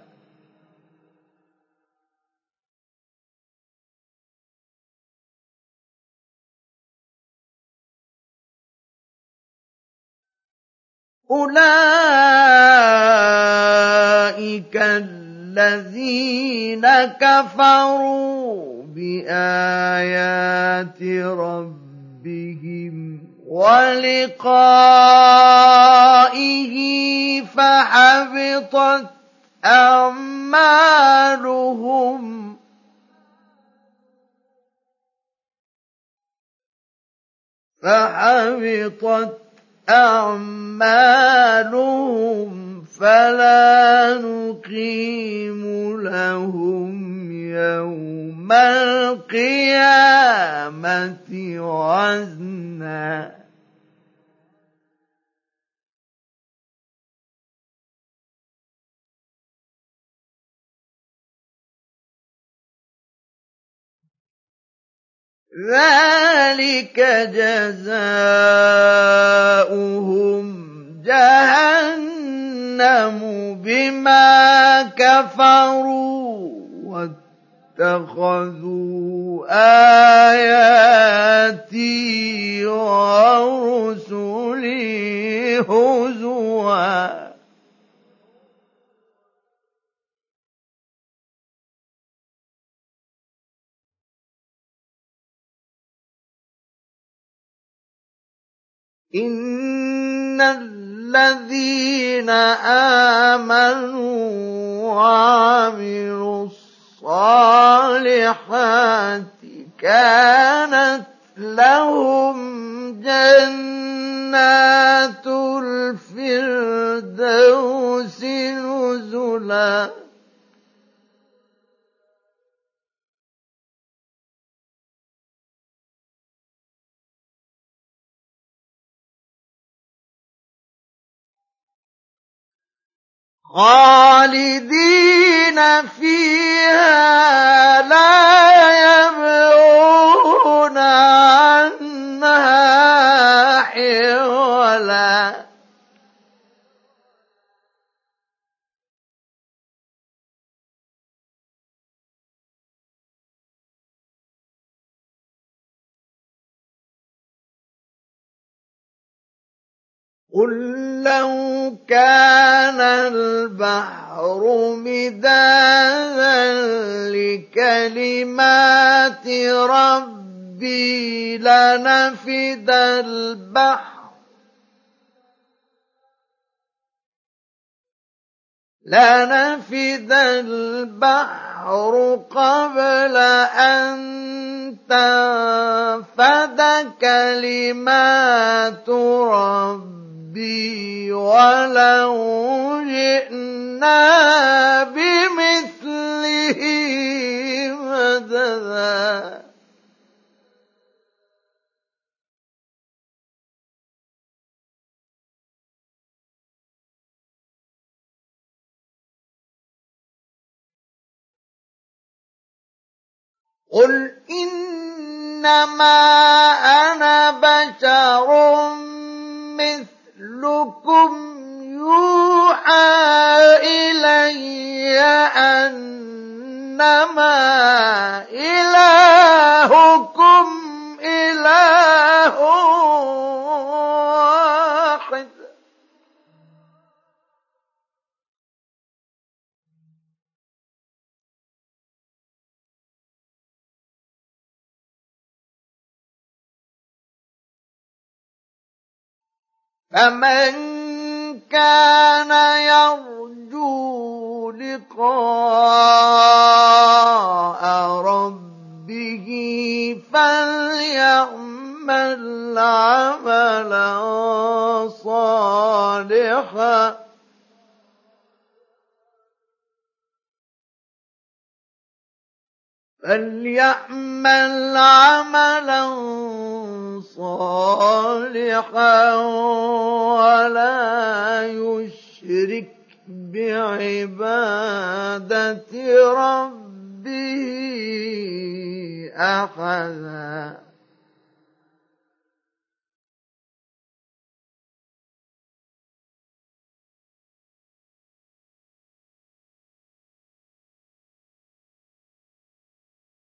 أولئك الذين كفروا بآيات ربهم ولقائه فحبطت أعمالهم فحبطت أعمالهم فلا نقيم لهم يوم القيامة وزنا ذلك جزاؤهم جهنم بما كفروا واتخذوا آياتي ورسلي هزوا إن الذين آمنوا وعملوا الصالحات كانت لهم جنات الفردوس نزلا خالدين فيها لا يبغون عنها حولا قل لو كان البحر مدادا لكلمات ربي لنفد البحر لنفد البحر قبل أن تنفد كلمات ربي ولو جئنا بمثله مددا قل إنما أنا بشر مثلكم يوحى إلي أنما إلهكم إله واحد فمن كان يرجو لقاء ربه فليعمل عملا صالحا فليعمل عملا صالحا ولا يشرك بعبادة ربه أحدا